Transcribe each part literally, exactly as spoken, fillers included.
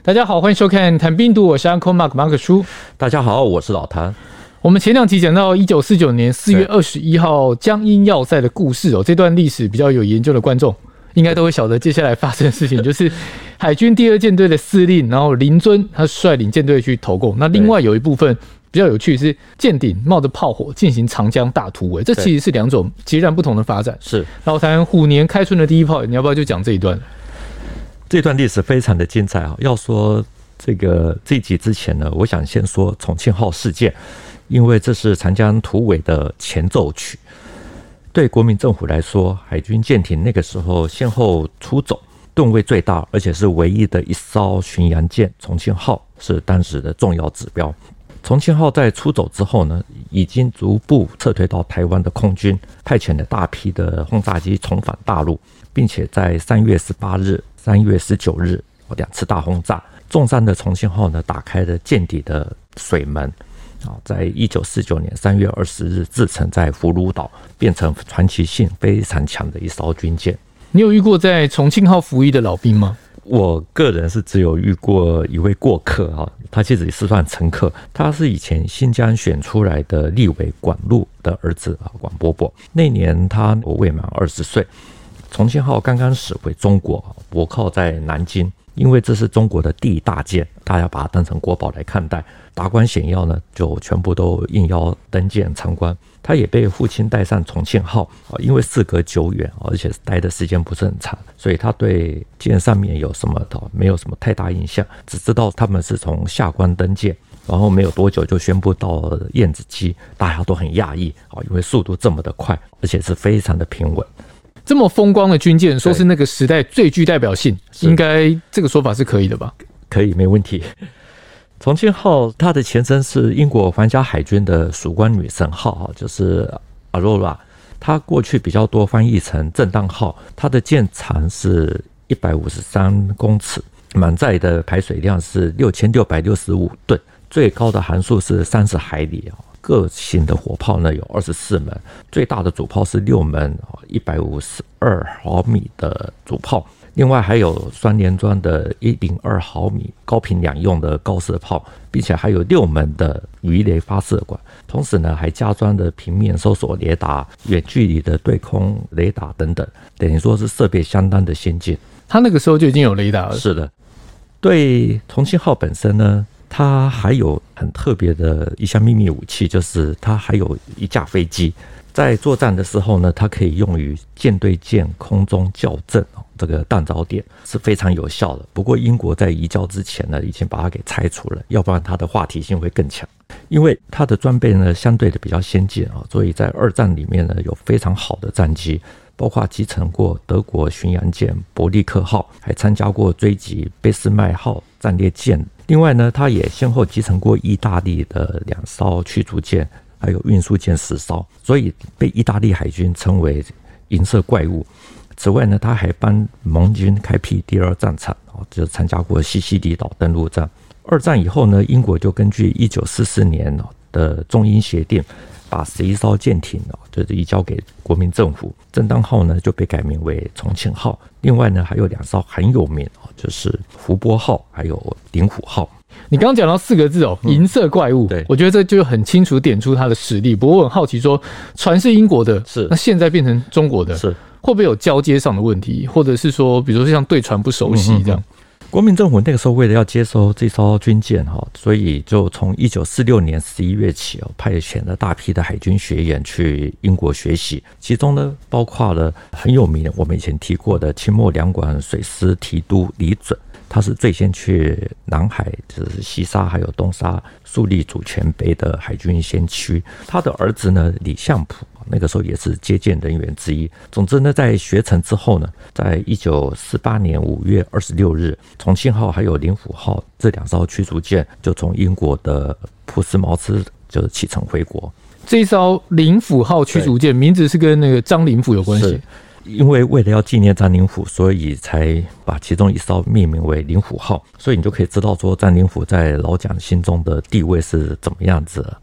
大家好，欢迎收看谈兵读，我是 Uncle Mark 马可叔。 大家好，我是老谭。 我们前两集讲到一九四九年四月二十一号江阴要塞的故事哦，这段历史比较有研究的观众应该都会晓得接下来发生的事情，就是海军第二舰队的司令，然后林遵他率领舰队去投共。那另外有一部分比较有趣的是舰顶冒着炮火进行长江大突围，这其实是两种截然不同的发展。 是老谭虎年开春的第一炮，你要不要就讲这一段？ 这段历史非常的精彩啊！要说这个这一集之前呢，我想先说重庆号事件，因为这是长江突围的前奏曲。对国民政府来说，海军舰艇那个时候先后出走，吨位最大，而且是唯一的一艘巡洋舰重庆号是当时的重要指标。重庆号在出走之后呢，已经逐步撤退到台湾的空军，派遣了大批的轰炸机重返大陆，并且在三月十八日、三月十九日两次大轰炸。重伤的重庆号呢，打开了舰底的水门，在一九四九年三月二十日自沉在福如岛，变成传奇性非常强的一艘军舰。 你有遇过在重庆号服役的老兵吗？ 我个人是只有遇过一位过客，他其实也是算乘客，他是以前新疆选出来的立委管路的儿子管伯伯。那年他未满二十岁，重庆号刚刚驶回中国，泊靠在南京。因为这是中国的第一大舰，大家把它当成国宝来看待。达官显要呢，就全部都应邀登舰参观。他也被父亲带上重庆号，因为事隔久远，而且待的时间不是很长，所以他对舰上面有什么没有什么太大印象，只知道他们是从下关登舰，然后没有多久就宣布到燕子矶，大家都很讶异，因为速度这么的快，而且是非常的平稳。 这么风光的军舰，说是那个时代最具代表性，应该这个说法是可以的吧？ 可以，没问题。重庆号它的前身是英国皇家海军的曙光女神号，就是 Aurora， 它过去比较多翻译成正当号，它的舰长是一百五十三公尺，满载的排水量是六千六百六十五吨，最高的航速是三十海里。各型的火炮呢有二十四门，最大的主炮是六门一百五十二毫米的主炮，另外还有双联装的一百零二毫米高频两用的高射炮，并且还有六门的鱼雷发射管，同时呢还加装了平面搜索雷达、远距离的对空雷达等等，等于说是设备相当的先进。 他那个时候就已经有雷达了。 是的。对重庆号本身呢，它还有很特别的一项秘密武器，就是它还有一架飞机，在作战的时候呢，它可以用于舰对舰空中校正，这个弹着点是非常有效的。不过英国在移交之前呢，已经把它给拆除了，要不然它的话题性会更强。因为它的装备呢相对的比较先进，所以在二战里面呢有非常好的战机，包括击沉过德国巡洋舰伯利克号，还参加过追击俾斯麦号战列舰。另外呢，它也先后击沉过意大利的两艘驱逐舰，还有运输舰十艘，所以被意大利海军称为银色怪物。此外呢，他还帮盟军开辟第二战场，就参加过西西里岛登陆战。二战以后呢，英国就根据一九四四年的中英协定，把十一艘舰艇就是移交给国民政府。正当号呢就被改名为重庆号。另外呢，还有两艘很有名，就是福波号还有灵虎号。 你刚刚讲到四个字哦，银色怪物， 对， 我觉得这就很清楚点出它的实力。不过我很好奇说，船是英国的， 是那现在变成中国的， 是会不会有交接上的问题，或者是说，比如说像对船不熟悉这样？嗯嗯嗯国民政府那个时候为了要接收这艘军舰，所以就从一九四六年十一月起派遣了大批的海军学员去英国学习，其中呢包括了很有名的我们以前提过的清末两广水师提督李准，他是最先去南海，就是西沙还有东沙树立主权碑的海军先驱。他的儿子呢李相普那个时候也是接见人员之一。总之呢，在学成之后呢，在一九四八年五月二十六日，重庆号还有灵虎号这两艘驱逐舰就从英国的普斯茅斯就启程回国。 这一艘灵虎号驱逐舰名字是跟那个张灵甫有关系， 因为为了要纪念张灵甫，所以才把其中一艘命名为灵虎号，所以你就可以知道说张灵甫在老蒋心中的地位是怎么样子了。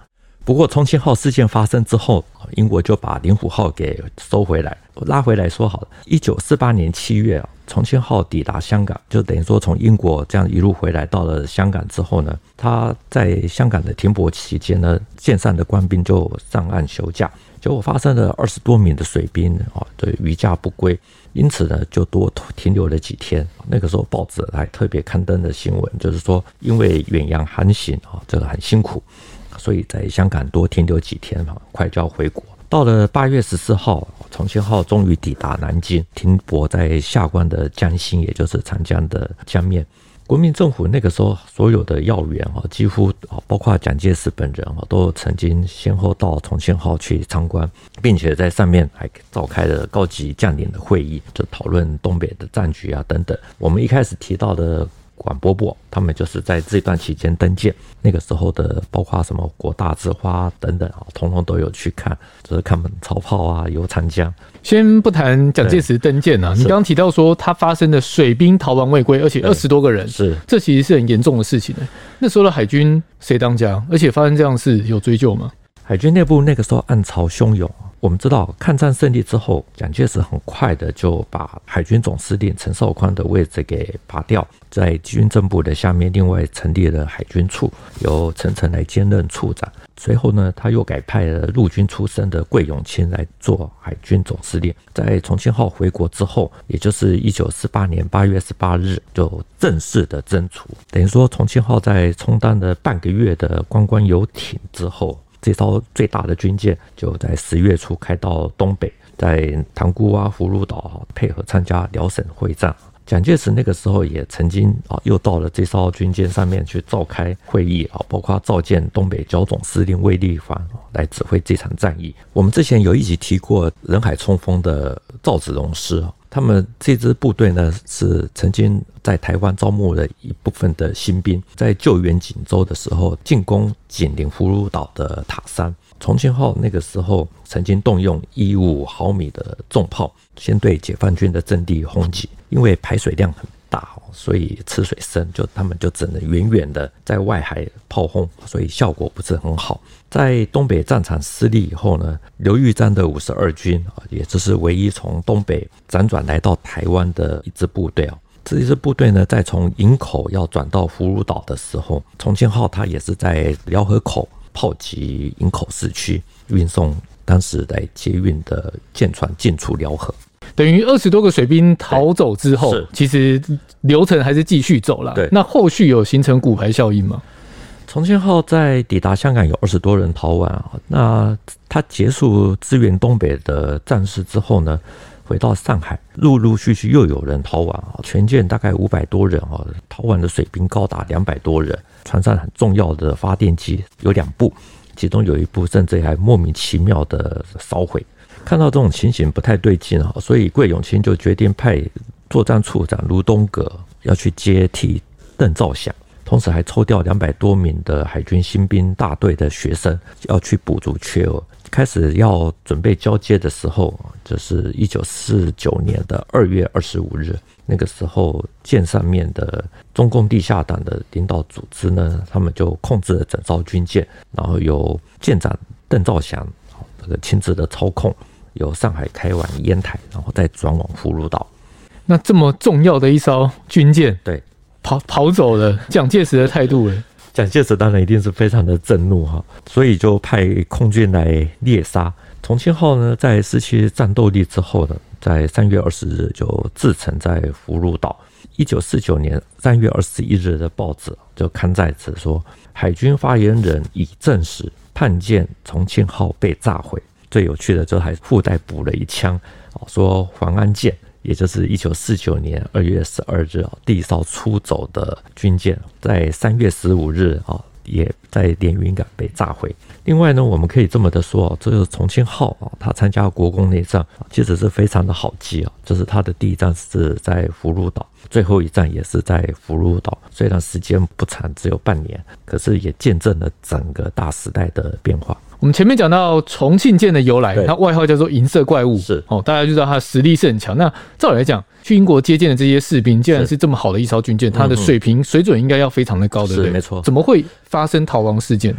不过重庆号事件发生之后，英国就把灵虎号给收回来。拉回来说好了，一九四八年七月啊，重庆号抵达香港，就等于说从英国这样一路回来到了香港之后呢，他在香港的停泊期间呢，舰上的官兵就上岸休假，结果发生了二十多名的水兵啊，对渔假不归，因此呢就多停留了几天。那个时候报纸还特别刊登的新闻，就是说因为远洋航行啊，这个很辛苦，所以在香港多停留几天，快就要回国。到了八月十四号，重庆号终于抵达南京，停泊在下关的江心，也就是长江的江面。国民政府那个时候所有的要员几乎包括蒋介石本人都曾经先后到重庆号去参观，并且在上面还召开了高级将领的会议，就讨论东北的战局啊等等。我们一开始提到的管伯伯他们就是在这段期间登舰，那个时候的包括什么国大之花等等统统都有去看，就是看曹炮啊游长江。 先不谈蒋介石登舰啊，你刚刚提到说他发生的水兵逃亡未归，而且二十多个人， 是这其实是很严重的事情。那时候的海军谁当家？而且发生这样的事有追究吗？ 海军内部那个时候暗潮汹涌。我们知道抗战胜利之后，蒋介石很快的就把海军总司令陈绍宽的位置给拔掉，在军政部的下面另外成立了海军处，由陈诚来兼任处长。随后呢，他又改派了陆军出身的桂永清来做海军总司令。在重庆号回国之后，也就是一九四八年八月十八日，就正式的征除。等于说，重庆号在充当了半个月的观光游艇之后，这艘最大的军舰就在十月初开到东北，在塘沽啊、葫芦岛配合参加辽沈会战。蒋介石那个时候也曾经又到了这艘军舰上面去召开会议，包括召见东北剿总司令卫立煌来指挥这场战役。我们之前有一集提过人海冲锋的赵子龙师，他们这支部队呢是曾经在台湾招募了一部分的新兵，在救援锦州的时候进攻紧邻葫芦岛的塔山。重庆号那个时候曾经动用一十五毫米的重炮，先对解放军的阵地轰击，因为排水量很大，所以吃水深，就他们就只能远远的在外海炮轰，所以效果不是很好。在东北战场失利以后呢，刘玉章的五十二军，也就是唯一从东北辗转来到台湾的一支部队，这一支部队呢，在从营口要转到葫芦岛的时候，重庆号它也是在辽河口炮击营口市区，运送当时来接运的舰船进出辽河。 等于二十多个水兵逃走之后，其实流程还是继续走了。那后续有形成骨牌效应吗？ 重庆号在抵达香港有二十多人逃亡，那他结束支援东北的战事之后呢，回到上海，陆陆续续又有人逃亡，全舰大概五百多人，逃亡的水兵高达两百多人。船上很重要的发电机有两部，其中有一部甚至还莫名其妙的烧毁。看到这种情形不太对劲，所以桂永清就决定派作战处长卢东阁要去接替邓兆祥，同时还抽调两百多名的海军新兵大队的学生要去补足缺额。开始要准备交接的时候，就是一九四九年的二月二十五日，那个时候舰上面的中共地下党的领导组织呢，他们就控制了整艘军舰，然后由舰长邓兆祥这个亲自的操控，由上海开往烟台，然后再转往葫芦岛。 那这么重要的一艘军舰， 对， 跑跑走了，蒋介石的态度呢？ 蒋介石当然一定是非常的震怒，所以就派空军来猎杀。重庆号呢，在失去战斗力之后呢，在三月二十日就自沉在葫芦岛。一九四九年三月二十一日的报纸就刊载着说，海军发言人已证实叛舰重庆号被炸毁。最有趣的就还附带补了一枪，说黄安舰，也就是一九四九年二月十二日第一艘出走的军舰，在三月十五日也在连云港被炸毁。另外呢，我们可以这么的说，这个重庆号它参加国共内战其实是非常的好记，就是它的第一站是在葫芦岛，最后一站也是在葫芦岛。虽然时间不长，只有半年，可是也见证了整个大时代的变化。 我们前面讲到重庆舰的由来，它外号叫做银色怪物， 是哦，大家就知道它的实力是很强。那照理来讲，去英国接舰的这些士兵，既然是这么好的一艘军舰，它的水平水准应该要非常的高，对不对？ 没错。 怎么会发生逃亡事件呢？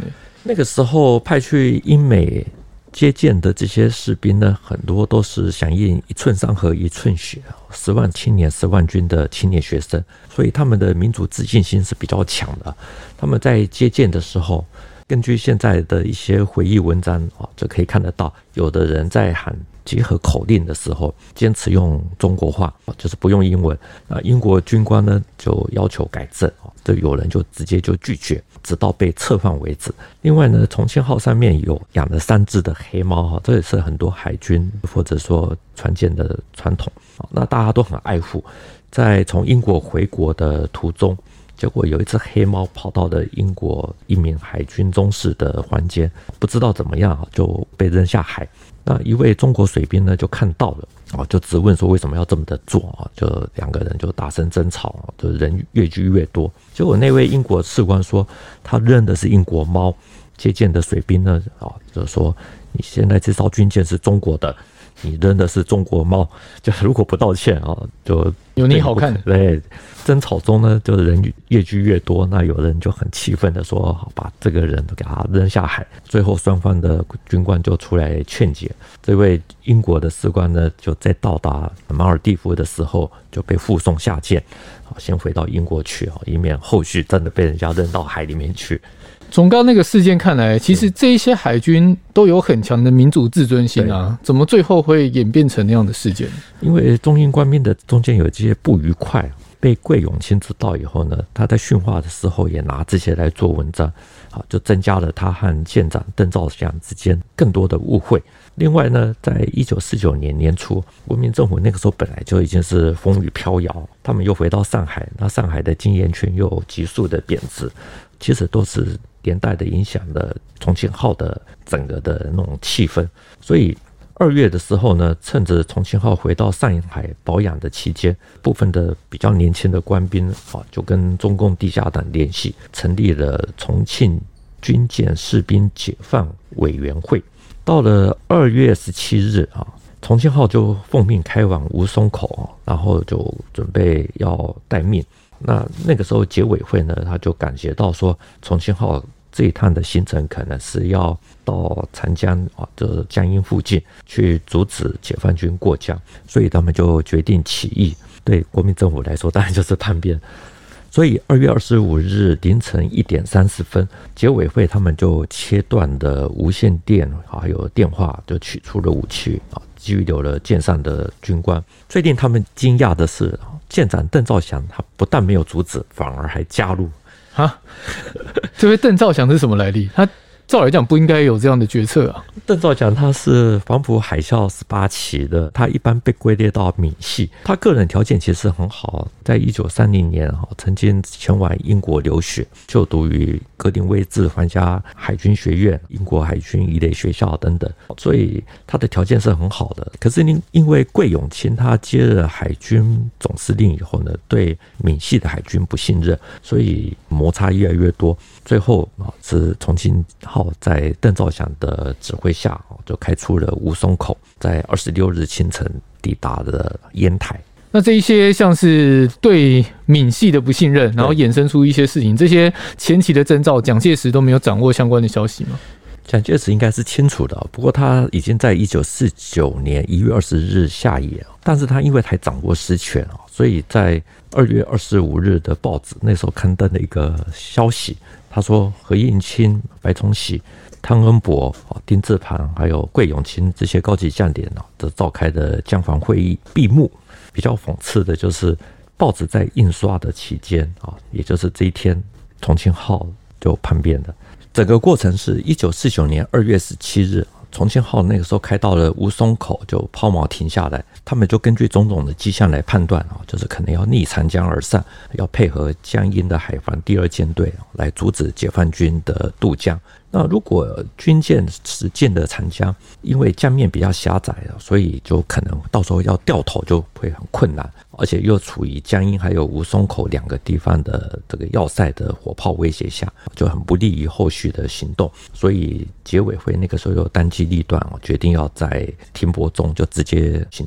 那个时候派去英美接见的这些士兵呢，很多都是响应一寸山河一寸血，十万青年十万军的青年学生，所以他们的民族自信心是比较强的。他们在接见的时候，根据现在的一些回忆文章啊，就可以看得到，有的人在喊结合口令的时候，坚持用中国话，就是不用英文。那英国军官呢，就要求改正，就有人就直接就拒绝，直到被撤换为止。另外呢，重庆号上面有养了三只的黑猫，这也是很多海军或者说船舰的传统，那大家都很爱护。在从英国回国的途中，结果有一只黑猫跑到了英国一名海军中士的房间，不知道怎么样就被扔下海。那一位中国水兵呢就看到了，就质问说为什么要这么的做，就两个人就大声争吵，就人越聚越多。结果那位英国士官说他认的是英国猫，接见的水兵呢就说你现在这艘军舰是中国的，你扔的是中国猫，就是如果不道歉啊，就有你好看。 对，争吵中呢，就人越聚越多，那有人就很气愤的说，好，把这个人都给他扔下海。最后双方的军官就出来劝解，这位英国的士官呢，就在到达马尔地夫的时候就被护送下舰，先回到英国去，以免后续真的被人家扔到海里面去。 从刚刚那个事件看来，其实这一些海军都有很强的民族自尊心啊，怎么最后会演变成那样的事件？ 因为中英官兵的中间有这些不愉快，被桂永清知道以后呢，他在训话的时候也拿这些来做文章，就增加了他和舰长邓肇祥之间更多的误会。另外呢，在一九四九年年初，国民政府那个时候本来就已经是风雨飘摇，他们又回到上海，那上海的经验圈又急速的贬值，其实都是连带的影响了重庆号的整个的那种气氛。所以二月的时候呢，趁着重庆号回到上海保养的期间，部分的比较年轻的官兵就跟中共地下党联系，成立了重庆军舰士兵解放委员会。到了二月十七日啊，重庆号就奉命开往吴淞口，然后就准备要待命。那那个时候解委会呢，他就感觉到说重庆号这一趟的行程可能是要到长江啊，就是江阴附近去阻止解放军过江，所以他们就决定起义。对国民政府来说，当然就是叛变。所以二月二十五日凌晨一点三十分，解委会他们就切断了无线电还有电话，就取出了武器啊，拘留了舰上的军官。最令他们惊讶的是，舰长邓肇祥他不但没有阻止，反而还加入。 啊，这位邓肇祥是什么来历？他照来讲不应该有这样的决策啊。 邓肇祥他是黄埔海校十八期的，他一般被归类到闽系。他个人条件其实很好，在一九三零年曾经前往英国留学，就读于格林威治皇家海军学院、英国海军一类学校等等，所以他的条件是很好的。可是因为桂永清他接了海军总司令以后呢，对闽系的海军不信任，所以摩擦越来越多。最后是重庆号在邓肇祥的指挥下就开出了吴淞口，在二十六日清晨抵达了烟台。 那这一些像是对闽系的不信任，然后衍生出一些事情，这些前期的征兆，蒋介石都没有掌握相关的消息吗？ 蒋介石应该是清楚的，不过他已经在一九四九年一月二十日下野，但是他因为还掌握实权，所以在二月二十五日的报纸那时候刊登了一个消息，他说何应钦、白崇禧、汤恩伯、丁字盘还有桂永清这些高级将领的召开的江防会议闭幕。比较讽刺的就是报纸在印刷的期间，也就是这一天，重庆号就叛变了。整个过程是一九四九年二月十七日，重庆号那个时候开到了吴淞口就抛锚停下来，他们就根据种种的迹象来判断，就是可能要逆长江而上，要配合江阴的海防第二舰队来阻止解放军的渡江。那如果军舰驶进的长江，因为江面比较狭窄，所以就可能到时候要掉头就会很困难，而且又处于江阴还有吴淞口两个地方的这个要塞的火炮威胁下，就很不利于后续的行动。所以解委会那个时候又当机立断，决定要在停泊中就直接行动。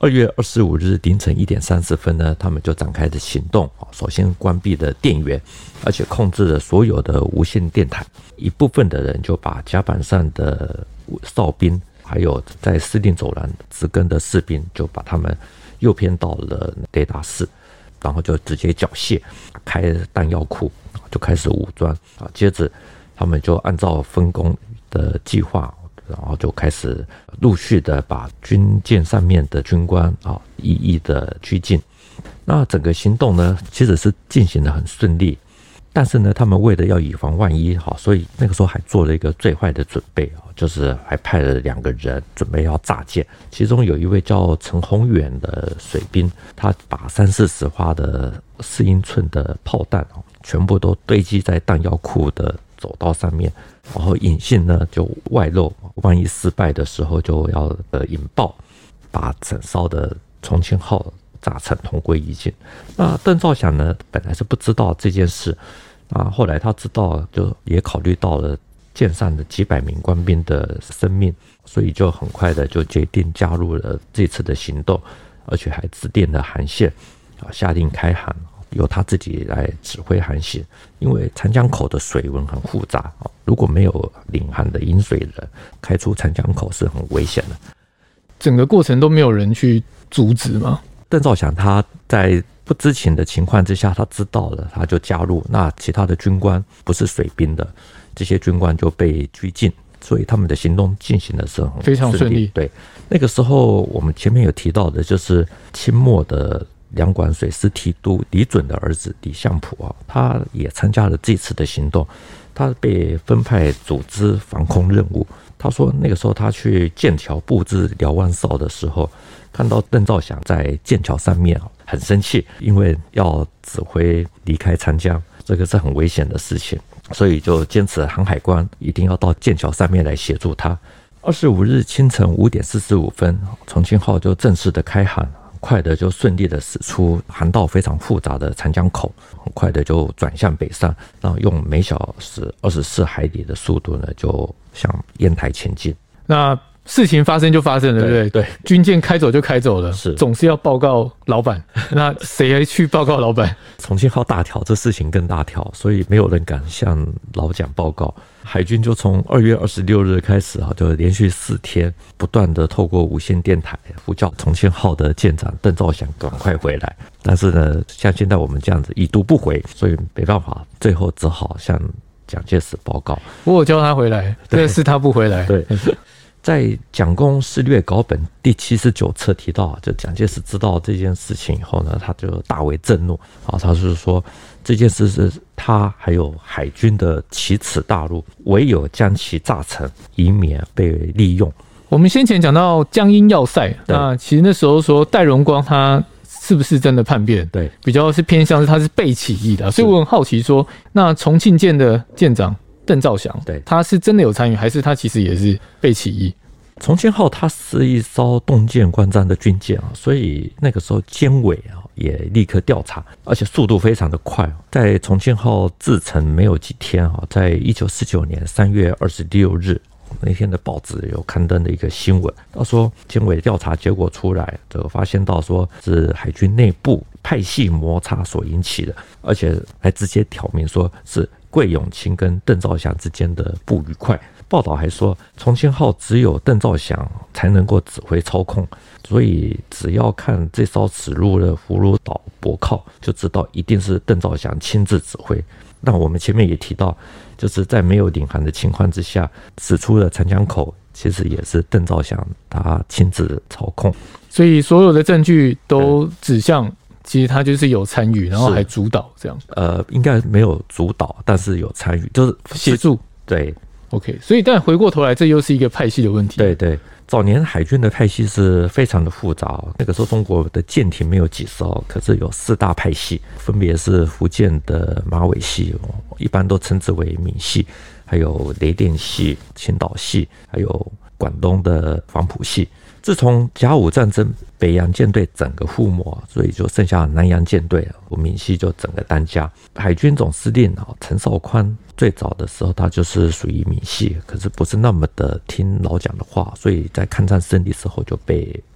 二月二十五日凌晨一点三十分呢，他们就展开的行动。首先关闭了电源，而且控制了所有的无线电台。一部分的人就把甲板上的哨兵，还有在司令走廊值更的士兵，就把他们诱骗到了雷达室，然后就直接缴械，开弹药库，就开始武装。接着他们就按照分工的计划，然后就开始陆续的把军舰上面的军官啊一一的拘禁。那整个行动呢，其实是进行得很顺利，但是呢，他们为了要以防万一，所以那个时候还做了一个最坏的准备，就是还派了两个人准备要炸舰。其中有一位叫陈宏远的水兵，他把三四十发的四英寸的炮弹全部都堆积在弹药库的走道上面，然后引信呢就外露，万一失败的时候就要呃引爆，把整艘的重庆号炸成同归于尽。那邓兆祥呢，本来是不知道这件事，那后来他知道，就也考虑到了舰上的几百名官兵的生命，所以就很快的就决定加入了这次的行动，而且还致电了航线，下令开航，由他自己来指挥航行。因为长江口的水文很复杂，如果没有领航的引水人，开出长江口是很危险的。 整个过程都没有人去阻止吗？ 邓兆祥他在不知情的情况之下，他知道了，他就加入。那其他的军官不是水兵的，这些军官就被拘禁，所以他们的行动进行的是很非常顺利。 对，那个时候我们前面有提到的，就是清末的两广水师提督李准的儿子李相普啊，他也参加了这次的行动，他被分派组织防空任务。他说那个时候他去剑桥布置瞭望哨的时候，看到邓兆祥在剑桥上面很生气，因为要指挥离开长江，这个是很危险的事情，所以就坚持航海官一定要到剑桥上面来协助他。二十五日清晨五点四十五分，重庆号就正式的开航，很快的就顺利的驶出航道非常复杂的长江口，很快的就转向北上，然后用每小时二十四海里的速度呢，就向烟台前进。 那事情发生就发生了，对不对？ 对， 军舰开走就开走了， 是总是要报告老板。那谁去报告老板？ 重庆号大条，这事情更大条，所以没有人敢向老蒋报告。海军就从二月二十六日开始啊，就连续四天不断的透过无线电台呼叫重庆号的舰长邓兆祥赶快回来。但是呢，像现在我们这样子已读不回，所以没办法，最后只好向蒋介石报告。 我有叫他回来，但是他不回来。 对。在蒋公事略稿本第七十九册提到，就蒋介石知道这件事情以后呢，他就大为震怒啊！他是说这件事是他还有海军的奇耻大辱，唯有将其炸成，以免被利用。 我们先前讲到江阴要塞，那其实那时候说戴荣光他是不是真的叛变？ 对， 比较是偏向是他是被起义的，所以我很好奇说，那重庆舰的舰长邓兆祥，对，他是真的有参与，还是他其实也是被起义？ 重庆号它是一艘洞舰观战的军舰啊，所以那个时候监委啊也立刻调查，而且速度非常的快。在重庆号制成没有几天啊，在一九四九年三月二十六日那天的报纸有刊登的一个新闻，他说监委调查结果出来，就发现到说是海军内部派系摩擦所引起的，而且还直接挑明说是桂永清跟邓兆祥之间的不愉快。报道还说，重庆号只有邓兆祥才能够指挥操控，所以只要看这艘驶入了葫芦岛泊靠，就知道一定是邓兆祥亲自指挥。那我们前面也提到，就是在没有领航的情况之下，驶出了长江口，其实也是邓兆祥他亲自操控。 所以所有的证据都指向，其实他就是有参与，然后还主导这样。 呃，应该没有主导，但是有参与，就是协助。 对。 OK， 所以但回过头来，这又是一个派系的问题。 对对，早年海军的派系是非常的复杂。那个时候中国的舰艇没有几艘，可是有四大派系，分别是福建的马尾系，一般都称之为闽系，还有雷电系、青岛系，还有广东的黄埔系。自从甲午战争，北洋舰队整个覆没，所以就剩下南洋舰队，闽系就整个单家。海军总司令陈绍宽最早的时候，他就是属于闽系，可是不是那么的听老蒋的话，所以在抗战胜利之后就被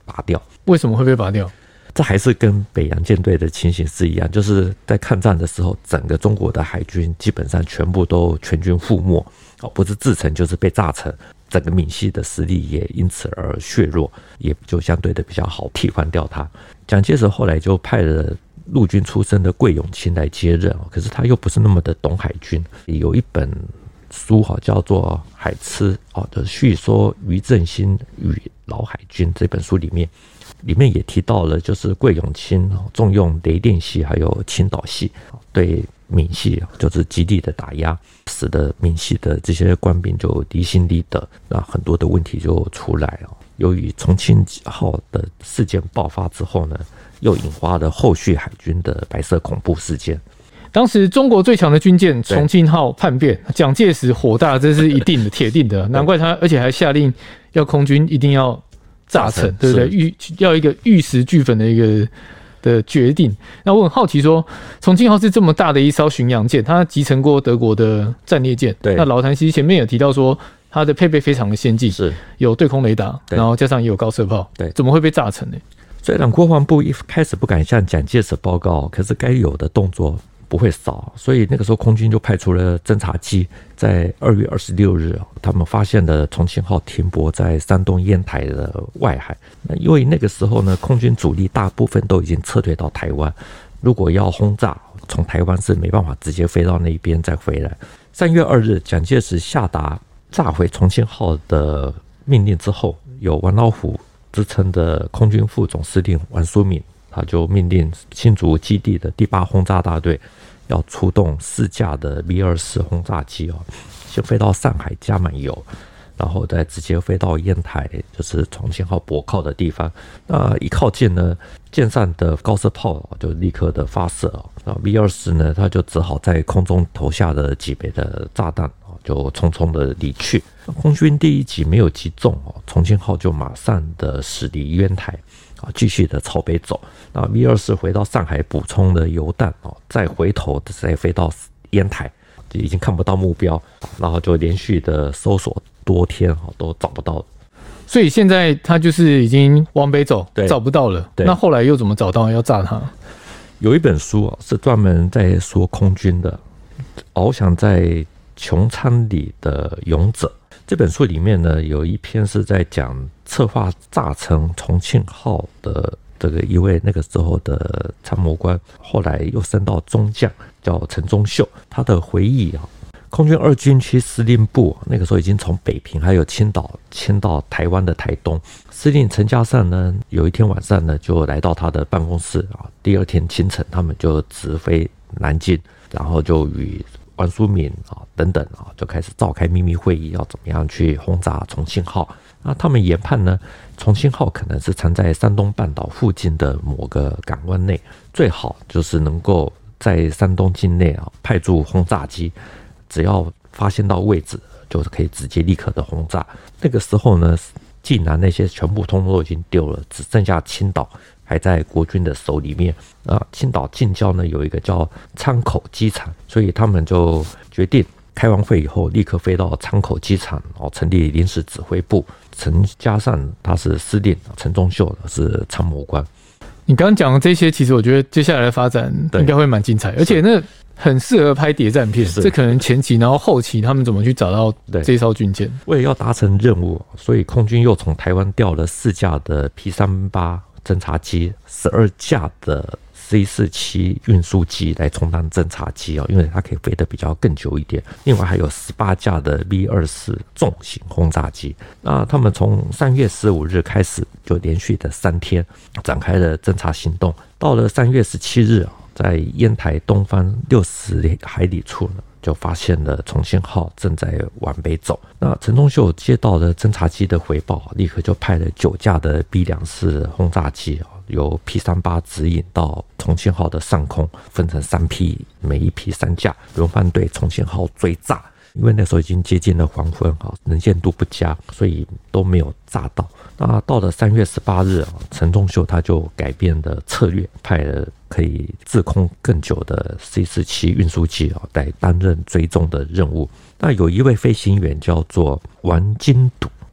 拔掉。 为什么会被拔掉？ 这还是跟北洋舰队的情形是一样，就是在抗战的时候，整个中国的海军基本上全部都全军覆没，不是自沉就是被炸沉，整个闽系的实力也因此而削弱，也就相对的比较好替换掉它。蒋介石后来就派了陆军出身的桂永清来接任，可是他又不是那么的懂海军。有一本书叫做《海痴》，就是叙说于振兴与老海军，这本书里面里面也提到了，就是桂永清重用雷电系还有青岛系，对闽系就是极力的打压，使得闽系的这些官兵就离心离德，那很多的问题就出来。由于重庆号的事件爆发之后呢，又引发了后续海军的白色恐怖事件。 当时中国最强的军舰重庆号叛变，蒋介石火大，这是一定的，铁定的，难怪他，而且还下令要空军一定要炸沉，对不对？玉要一个玉石俱焚的一个的决定。那我很好奇说，重庆号是这么大的一艘巡洋舰，它集成过德国的战列舰。那老谭其实前面有提到说，它的配备非常的先进，是有对空雷达，然后加上也有高射炮，对，怎么会被炸沉呢？ 虽然国防部一开始不敢向蒋介石报告，可是该有的动作不会少，所以那个时候空军就派出了侦察机，在二月二十六日，他们发现了重庆号停泊在山东烟台的外海。那因为那个时候呢，空军主力大部分都已经撤退到台湾，如果要轰炸，从台湾是没办法直接飞到那边再回来。三月二日，蒋介石下达炸毁重庆号的命令之后，有王老虎之称的空军副总司令王书敏，他就命令新竹基地的第八轰炸大队要出动四架的 B 二十四 轰炸机，先飞到上海加满油，然后再直接飞到烟台，就是重庆号泊靠的地方。那一靠近呢，舰上的高射炮就立刻的发射，那 B 二十四 呢，他就只好在空中投下了几枚的炸弹，就匆匆的离去。空军第一击没有击中，重庆号就马上的驶离烟台，继续的朝北走。那 B 二十四 回到上海补充了油弹，再回头再飞到烟台，就已经看不到目标，然后就连续的搜索多天都找不到。 所以现在他就是已经往北走，找不到了。那后来又怎么找到要炸他？ 有一本书是专门在说空军的，翱翔在穹苍里的勇者。这本书里面呢，有一篇是在讲策划炸沉重庆号的这个一位那个时候的参谋官，后来又升到中将，叫陈忠秀。他的回忆啊，空军二军区司令部那个时候已经从北平还有青岛迁到台湾的台东。司令陈嘉善呢，有一天晚上呢，就来到他的办公室啊。第二天清晨，他们就直飞南京，然后就与王书敏啊等等啊，就开始召开秘密会议，要怎么样去轰炸重庆号。那他们研判呢，重庆号可能是藏在山东半岛附近的某个港湾内，最好就是能够在山东境内啊派驻轰炸机，只要发现到位置，就是可以直接立刻的轰炸。那个时候呢，济南那些全部通通都已经丢了，只剩下青岛还在国军的手里面。啊，青岛近郊呢有一个叫昌口机场，所以他们就决定开完会以后立刻飞到昌口机场，哦，成立临时指挥部。陈嘉善他是司令，陈忠秀是参谋官。 你刚刚讲的这些，其实我觉得接下来的发展应该会蛮精彩，而且那很适合拍谍战片。这可能前期，然后后期他们怎么去找到这艘军舰？ 为了要达成任务，所以空军又从台湾调了四架的 P 三十八 侦察机，十二架的 C 四十七 运输机来充当侦察机，因为它可以飞得比较更久一点。另外还有十八架的 V 二十四 重型轰炸机。那他们从三月十五日开始，就连续的三天展开了侦察行动。到了三月十七日，在烟台东方六十海里处呢，就发现了重庆号正在往北走。那陈忠秀接到了侦察机的回报，立刻就派了九架的 B 两式轰炸机，由 P 三十八 指引到重庆号的上空，分成三批，每一批三架，轮番对重庆号追炸。因为那时候已经接近了黄昏，能见度不佳，所以都没有炸到。那到了三月十八日，陈忠秀他就改变了策略，派了可以滞空更久的 C 四十七 运输机来担任追踪的任务。那有一位飞行员叫做王金笃，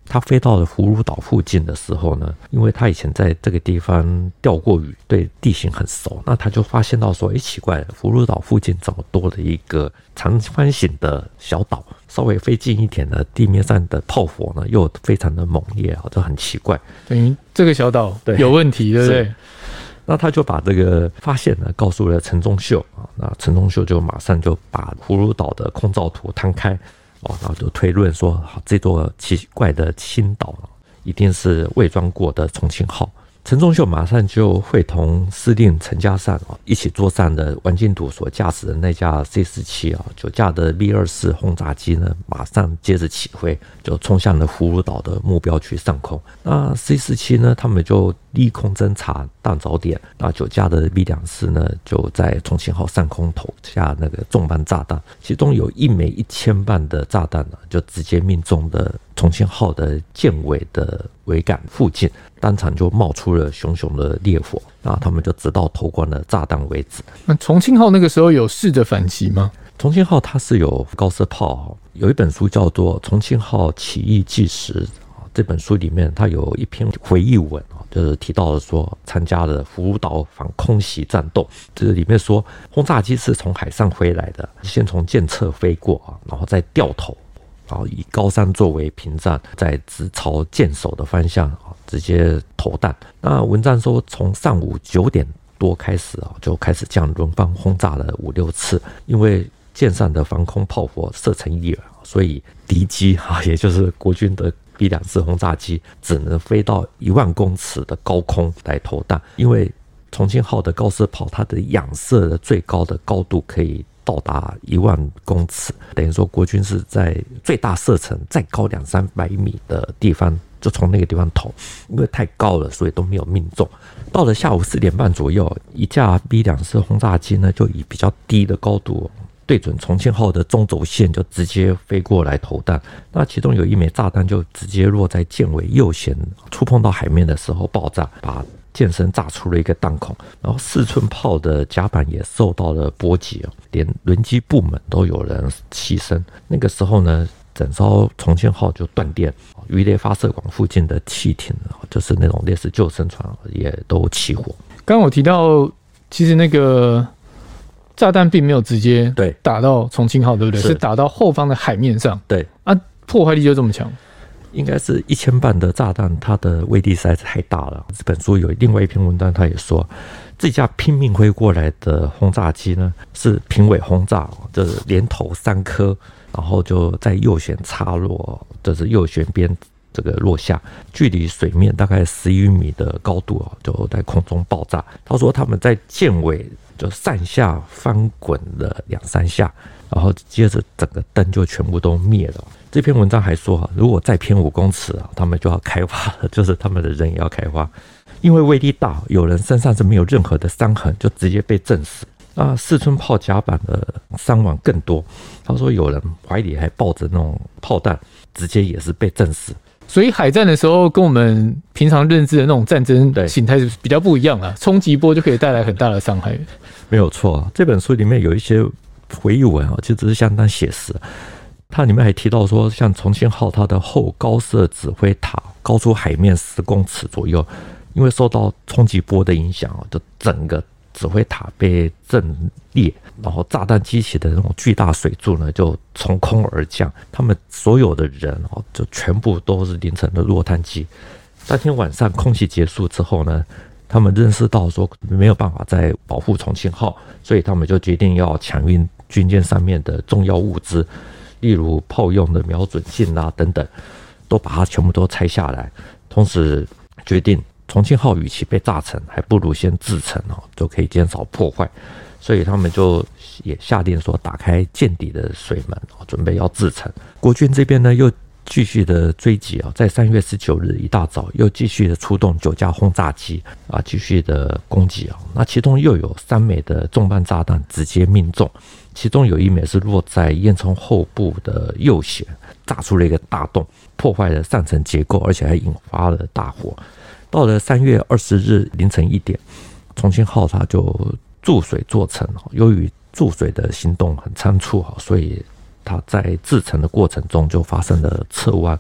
他飞到了葫芦岛附近的时候呢，因为他以前在这个地方钓过鱼，对地形很熟，那他就发现到说，哎，奇怪了，葫芦岛附近怎么多了一个长方形的小岛？稍微飞近一点的地面上的炮火呢，又非常的猛烈啊，这很奇怪。 等于这个小岛有问题，对不对？ 那他就把这个发现呢告诉了陈忠秀啊，那陈忠秀就马上就把葫芦岛的空照图摊开哦，然后就推论说，这座奇怪的新岛一定是伪装过的重庆号。陈忠秀马上就会同司令陈家善一起坐上了王进笃所驾驶的那架 C 四十七 啊，九架的 V 二十四 轰炸机呢，马上接着起飞，就冲向了葫芦岛的目标区上空。那 C 四十七 呢，他们就低空侦察弹着点，那九架的 V 二十四 呢，就在重庆号上空投下那个重磅炸弹，其中有一枚一千磅的炸弹呢，就直接命中了重庆号的舰尾的桅杆附近，当场就冒出了熊熊的烈火，那他们就直到投光了炸弹为止。 那重庆号那个时候有试着反击吗？ 重庆号它是有高射炮，有一本书叫做《重庆号起义纪实》，这本书里面它有一篇回忆文，就是提到了说参加了葫芦岛反空袭战斗，这里面说轰炸机是从海上飞来的，先从舰侧飞过，然后再掉头，然后以高山作为屏障，再直朝舰首的方向直接投弹。那文章说，从上午九点多开始就开始这样轮番轰炸了五六次，因为舰上的防空炮火射程一耳，所以敌机也就是国军的 B 二十四 轰炸机只能飞到一万公尺的高空来投弹，因为重庆号的高射炮它的仰射的最高的高度可以到达一万公尺，等于说国军是在最大射程再高两三百米的地方就从那个地方投，因为太高了，所以都没有命中。到了下午四点半左右，一架 B 二十四 轰炸机呢，就以比较低的高度对准重庆号的中轴线，就直接飞过来投弹。那其中有一枚炸弹就直接落在舰尾右舷，触碰到海面的时候爆炸，把舰身炸出了一个弹孔，然后四寸炮的甲板也受到了波及，连轮机部门都有人牺牲。那个时候呢，整艘重庆号就断电，鱼雷发射管附近的汽艇，就是那种类似救生船，也都起火。 刚刚我提到，其实那个炸弹并没有直接打到重庆号，对不对？是, 是打到后方的海面上。 对啊，破坏力就这么强。 应该是一千磅的炸弹，它的威力实在是太大了。这本书有另外一篇文章，他也说，这架拼命飞过来的轰炸机呢，是平尾轰炸，就是连投三颗，然后就在右舷插落，就是右舷边这个落下，距离水面大概十余米的高度，就在空中爆炸。他说他们在舰尾就上下翻滚了两三下，然后接着整个灯就全部都灭了。这篇文章还说，如果再偏五公尺，他们就要开花了，就是他们的人也要开花，因为威力大，有人身上是没有任何的伤痕，就直接被震死。那四寸炮甲板的伤亡更多，他说有人怀里还抱着那种炮弹，直接也是被震死。 所以海战的时候跟我们平常认知的那种战争形态是比较不一样啊，冲击波就可以带来很大的伤害。 没有错，这本书里面有一些回忆文啊，其实是相当写实。它里面还提到说，像重庆号它的后高射指挥塔高出海面十公尺左右，因为受到冲击波的影响，就整个指挥塔被震裂，然后炸弹激起的那种巨大水柱呢，就从空而降，他们所有的人就全部都是淋成了落汤鸡。当天晚上空袭结束之后呢，他们认识到说没有办法再保护重庆号，所以他们就决定要抢运军舰上面的重要物资，例如炮用的瞄准镜啊等等，都把它全部都拆下来。同时决定重庆号与其被炸沉，还不如先制沉，就可以减少破坏。所以他们就也下令说，打开舰底的水门，准备要制沉。国军这边呢，又继续的追击，在三月十九日一大早，又继续的出动九架轰炸机啊，继续的攻击。那其中又有三枚的重磅炸弹直接命中，其中有一枚是落在烟囱后部的右舷，炸出了一个大洞，破坏了上层结构，而且还引发了大火。到了三月二十日凌晨一点，重庆号它就注水做沉，由于注水的行动很仓促，所以它在制沉的过程中就发生了侧弯。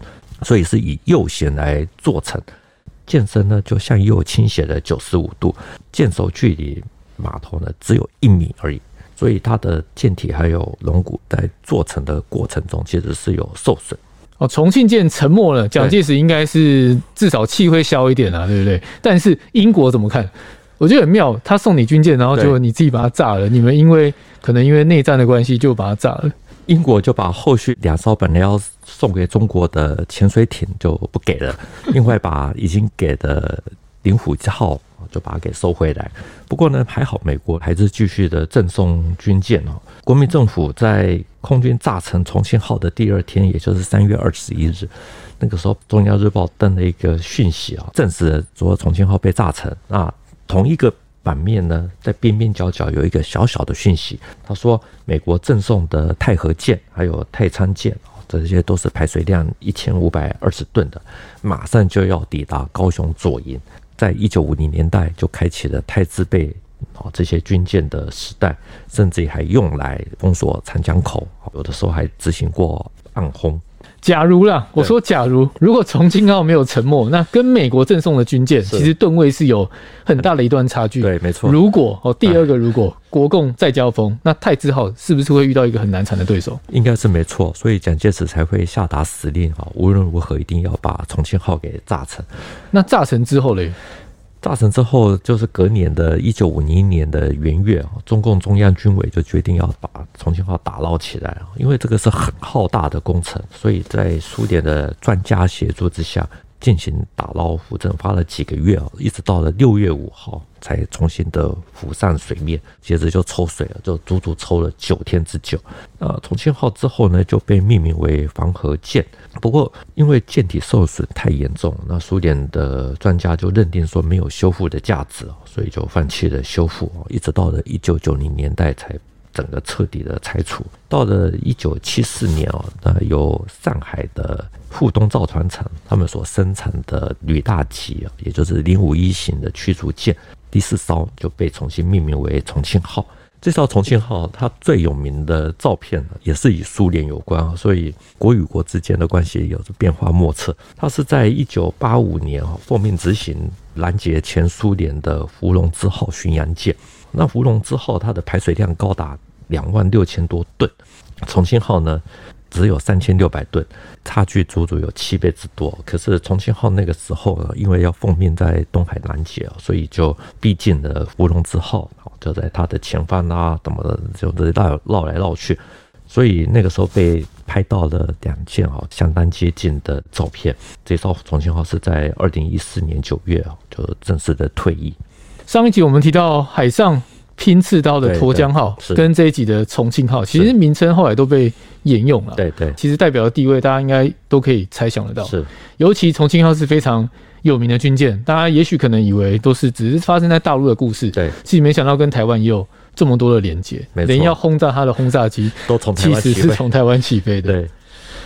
所以是以右舷来做成。舰身呢就向右倾斜了九十五度，舰首距离码头呢只有一米而已，所以它的舰体还有龙骨在做成的过程中其实是有受损。 哦，重庆舰沉没了，蒋介石应该是至少气会消一点啊，对不对？但是英国怎么看？我觉得很妙，他送你军舰，然后就你自己把它炸了，你们因为可能因为内战的关系就把它炸了。 英国就把后续两艘本来要送给中国的潜水艇就不给了，另外把已经给的灵虎号就把它给收回来。不过呢，还好美国还是继续的赠送军舰哦。国民政府在空军炸沉重庆号的第二天，也就是三月二十一日，那个时候中央日报登了一个讯息啊，证实了说重庆号被炸沉。那同一个版面呢，在边边角角有一个小小的讯息，他说美国赠送的太和舰还有太仓舰，这些都是排水量一千五百二十吨的，马上就要抵达高雄左营。在一九五零年代就开启了太字辈这些军舰的时代，甚至还用来封锁长江口，有的时候还执行过暗轰。 假如啦，我说假如，如果重庆号没有沉没，那跟美国赠送的军舰，其实吨位是有很大的一段差距。 对，没错。 如果哦，第二个如果国共再交锋，那太字号是不是会遇到一个很难缠的对手？ 应该是没错，所以蒋介石才会下达指令啊，无论如何一定要把重庆号给炸沉。 那炸沉之后嘞？ 炸沉之后，就是隔年的一九五零年的元月，中共中央军委就决定要把重庆号打捞起来，因为这个是很浩大的工程，所以在苏联的专家协助之下进行打捞浮沉，花了几个月，一直到了六月五号才重新的浮上水面，接着就抽水了，就足足抽了九天之久。呃，重庆号之后呢，就被命名为防河舰。不过，因为舰体受损太严重，那苏联的专家就认定说没有修复的价值，所以就放弃了修复，一直到了一九九零年代才整个彻底的拆除。到了一九七四年哦，那由上海的沪东造船厂他们所生产的吕大吉，也就是零五一型的驱逐舰第四艘就被重新命名为重庆号。这艘重庆号它最有名的照片也是与苏联有关，所以国与国之间的关系有着变化莫测。它是在一九八五年奉命执行拦截前苏联的福隆之号巡洋舰。那福隆之号它的排水量高达两万六千多吨，重庆号呢只有三千六百吨，差距足足有七倍之多。可是重庆号那个时候呢，因为要奉命在东海拦截，所以就逼近了福隆之号，就在它的前方啊，怎么的，就是绕绕来绕去，所以那个时候被拍到了两件相当接近的照片。这艘重庆号是在二零一四年九月就正式的退役。 上一集我们提到海上拼刺刀的沱江号跟这一集的重庆号，其实名称后来都被沿用了。 对对， 其实代表的地位大家应该都可以猜想得到。 是，尤其重庆号是非常有名的军舰，大家也许可能以为都是只是发生在大陆的故事， 对， 其实没想到跟台湾也有这么多的连结，连要轰炸它的轰炸机都从台湾起飞， 其实是从台湾起飞的。 对。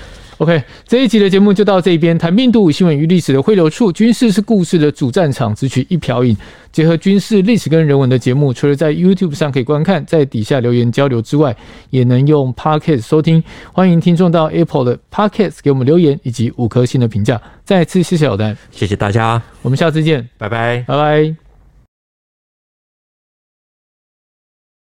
OK， 这一集的节目就到这边。谈病毒与新闻与历史的汇流处，军事是故事的主战场，只取一瓢饮。结合军事、历史跟人文的节目，除了在 YouTube 上可以观看，在底下留言交流之外，也能用 Podcast 收听。欢迎听众到 Apple 的 Podcast 给我们留言以及五颗星的评价。再次谢谢小丹， 谢谢大家， 我们下次见， 拜拜， 拜拜。